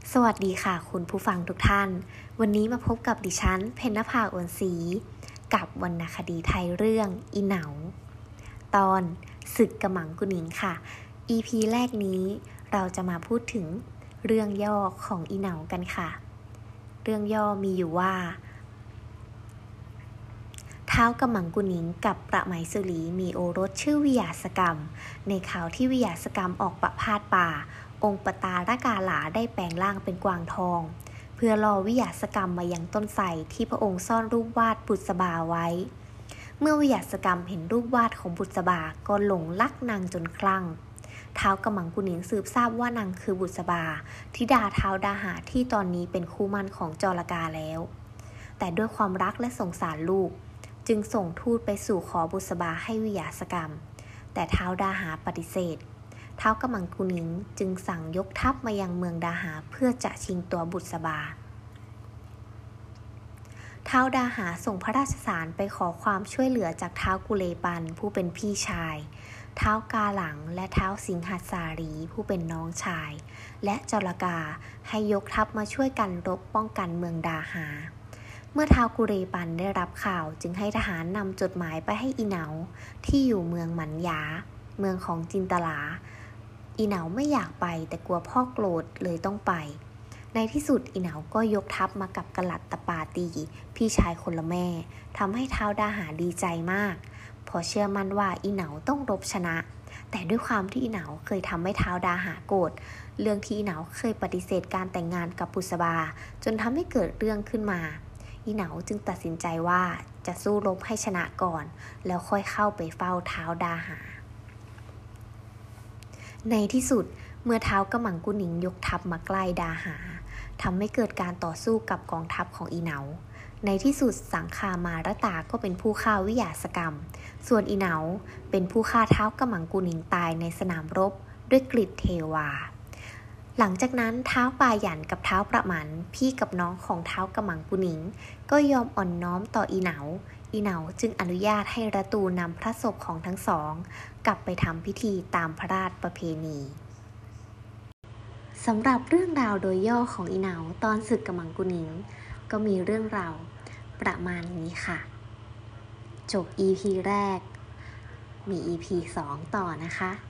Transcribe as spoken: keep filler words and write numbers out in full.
สวัสดีค่ะคุณผู้ฟังทุกท่านวันนี้มาพบกับดิฉันเพ็ญนภา อวนศรีกับวรรณคดีไทยเรื่องอีเหนาตอนศึกกระหมังกุนิงค่ะ อี พี แรกนี้เราจะมาพูดถึงเรื่องย่อของอีเหนากันค่ะเรื่องย่อมีอยู่ว่าท้าวกระหมังกุนิงกับประไหมสุรีมีโอรสชื่อวิยาสกรรมในข่าวที่วิยาสกรรมออกประพาสป่าองค์ปตารกาหลาได้แปลงร่างเป็นกวางทองเพื่อรอวิยาสกรรมมายังต้นไทรที่พระองค์ซ่อนรูปวาดบุษบาไว้เมื่อวิยาสกรรมเห็นรูปวาดของบุษบาก็หลงรักนางจนคลั่งท้าวกระหมังกุนิงสืบทราบว่านางคือบุษบาธิดาท้าวดาหาที่ตอนนี้เป็นคู่มั่นของจรกาแล้วแต่ด้วยความรักและสงสารลูกจึงส่งทูตไปสู่ขอบุษบาให้วิยาสกรรมแต่ท้าวดาหาปฏิเสธท้าวกระหมังกุนิงจึงสั่งยกทัพมายังเมืองดาหาเพื่อจะชิงตัวบุษบาท้าวดาหาส่งพระราชสารไปขอความช่วยเหลือจากท้าวกุเลปันผู้เป็นพี่ชายท้าวกาหลังและท้าวสิงหัสสารีผู้เป็นน้องชายและจรกาให้ยกทัพมาช่วยกันรบป้องกันเมืองดาหาเมื่อท้าวกุเรปันได้รับข่าวจึงให้ทหารนำจดหมายไปให้อีเหนาที่อยู่เมืองหมันยาเมืองของจินตลาอีเหนาไม่อยากไปแต่กลัวพ่อโกรธเลยต้องไปในที่สุดอีเหนาก็ยกทัพมากับกลัตตปาตีพี่ชายคนละแม่ทำให้ท้าวดาหาดีใจมากเพราะเชื่อมั่นว่าอีเหนาต้องรบชนะแต่ด้วยความที่อีเหนาเคยทำให้ท้าวดาหาโกรธเรื่องที่อีเหนาเคยปฏิเสธการแต่งงานกับบุษบาจนทำให้เกิดเรื่องขึ้นมาอีเหนาจึงตัดสินใจว่าจะสู้รบให้ชนะก่อนแล้วค่อยเข้าไปเฝ้าท้าวดาหาในที่สุดเมื่อท้าวกระหมังกุนิงยกทัพมาใกล้ดาหาทำให้เกิดการต่อสู้กับกองทัพของอีเหนาในที่สุดสังคามารตาก็เป็นผู้ฆ่าวิยาสกรรมส่วนอีเหนาเป็นผู้ฆ่าท้าวกระหมังกุนิงตายในสนามรบด้วยกฤษเทวาหลังจากนั้นท้าวปาหยันกับท้าวประหมันพี่กับน้องของท้าวกระหมังกุนิงก็ยอมอ่อนน้อมต่ออีเหนาอีเหนาจึงอนุญาตให้ระตูนำพระศพของทั้งสองกลับไปทำพิธีตามพระราชประเพณีสำหรับเรื่องราวโดยย่อของอีเหนาตอนศึกกระหมังกุนิงก็มีเรื่องราวประมาณนี้ค่ะจบ อี พี แรกมี อี พี สองต่อนะคะ